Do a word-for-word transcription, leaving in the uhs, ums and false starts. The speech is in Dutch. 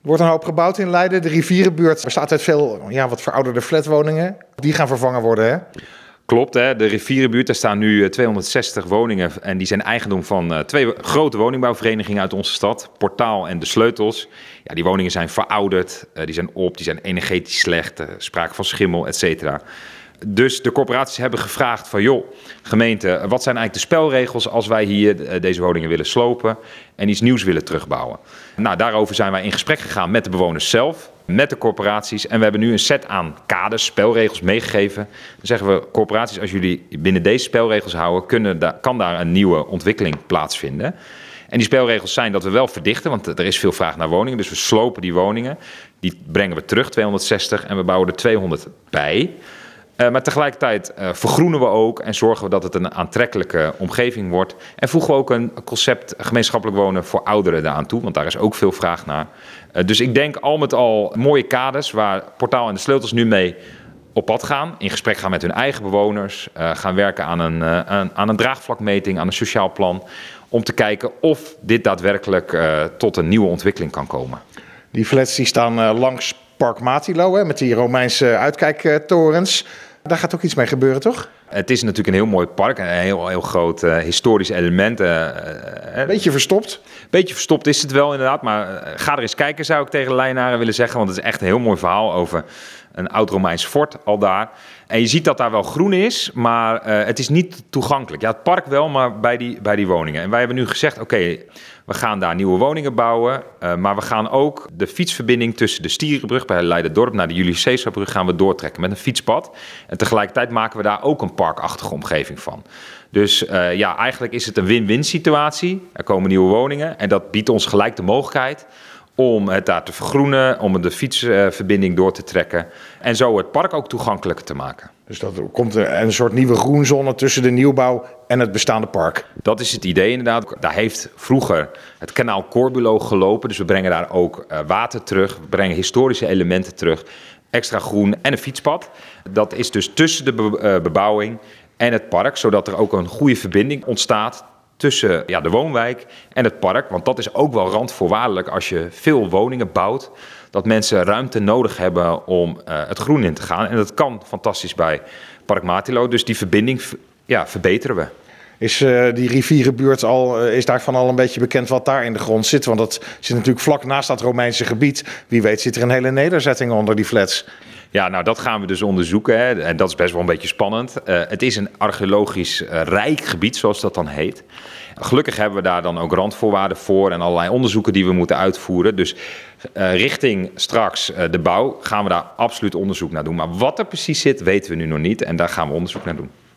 Er wordt een hoop gebouwd in Leiden. De rivierenbuurt bestaat uit veel ja, wat verouderde flatwoningen. Die gaan vervangen worden, hè? Klopt, hè? De rivierenbuurt, daar staan nu tweehonderdzestig woningen en die zijn eigendom van uh, twee grote woningbouwverenigingen uit onze stad, Portaal en De Sleutels. Ja, die woningen zijn verouderd, uh, die zijn op, die zijn energetisch slecht, uh, sprake van schimmel, et cetera. Dus de corporaties hebben gevraagd van, joh, gemeente, wat zijn eigenlijk de spelregels als wij hier deze woningen willen slopen en iets nieuws willen terugbouwen? Nou, daarover zijn wij in gesprek gegaan met de bewoners zelf, met de corporaties en we hebben nu een set aan kaders, spelregels meegegeven. Dan zeggen we, corporaties, als jullie binnen deze spelregels houden, kunnen da- kan daar een nieuwe ontwikkeling plaatsvinden. En die spelregels zijn dat we wel verdichten, want er is veel vraag naar woningen, dus we slopen die woningen. Die brengen we terug, tweehonderdzestig, en we bouwen er tweehonderd bij. Uh, maar tegelijkertijd uh, vergroenen we ook en zorgen we dat het een aantrekkelijke omgeving wordt. En voegen we ook een concept gemeenschappelijk wonen voor ouderen daaraan toe, want daar is ook veel vraag naar. Uh, dus ik denk al met al mooie kaders waar Portaal en De Sleutels nu mee op pad gaan. In gesprek gaan met hun eigen bewoners, uh, gaan werken aan een, uh, aan, aan een draagvlakmeting, aan een sociaal plan. Om te kijken of dit daadwerkelijk uh, tot een nieuwe ontwikkeling kan komen. Die flats die staan uh, langs Park Matilo, hè, met die Romeinse uitkijktorens. Daar gaat ook iets mee gebeuren, toch? Het is natuurlijk een heel mooi park, een heel, heel groot uh, historisch element. Uh, uh, Beetje verstopt. Beetje verstopt is het wel inderdaad, maar uh, ga er eens kijken zou ik tegen de Leidenaren willen zeggen. Want het is echt een heel mooi verhaal over een oud-Romeins fort al daar. En je ziet dat daar wel groen is, maar uh, het is niet toegankelijk. Ja, het park wel, maar bij die, bij die woningen. En wij hebben nu gezegd, oké, okay, we gaan daar nieuwe woningen bouwen. Uh, maar we gaan ook de fietsverbinding tussen de Stierenbrug bij Leiden-Dorp naar de Julius Caesarbrug gaan we doortrekken met een fietspad. En tegelijkertijd maken we daar ook een parkachtige omgeving van. Dus uh, ja, eigenlijk is het een win-win situatie. Er komen nieuwe woningen en dat biedt ons gelijk de mogelijkheid om het daar te vergroenen, om de fietsverbinding door te trekken en zo het park ook toegankelijker te maken. Dus dat komt een soort nieuwe groenzone tussen de nieuwbouw en het bestaande park. Dat is het idee inderdaad. Daar heeft vroeger het kanaal Corbulo gelopen, dus we brengen daar ook water terug, we brengen historische elementen terug, extra groen en een fietspad. Dat is dus tussen de bebouwing en het park, zodat er ook een goede verbinding ontstaat tussen ja, de woonwijk en het park. Want dat is ook wel randvoorwaardelijk als je veel woningen bouwt, dat mensen ruimte nodig hebben om uh, het groen in te gaan. En dat kan fantastisch bij Park Matilo. Dus die verbinding ja, verbeteren we. Is uh, die rivierenbuurt al, uh, is daarvan al een beetje bekend wat daar in de grond zit? Want dat zit natuurlijk vlak naast dat Romeinse gebied. Wie weet zit er een hele nederzetting onder die flats. Ja, nou dat gaan we dus onderzoeken. Hè. En dat is best wel een beetje spannend. Uh, het is een archeologisch uh, rijk gebied, zoals dat dan heet. Gelukkig hebben we daar dan ook randvoorwaarden voor en allerlei onderzoeken die we moeten uitvoeren. Dus uh, richting straks uh, de bouw gaan we daar absoluut onderzoek naar doen. Maar wat er precies zit, weten we nu nog niet en daar gaan we onderzoek naar doen.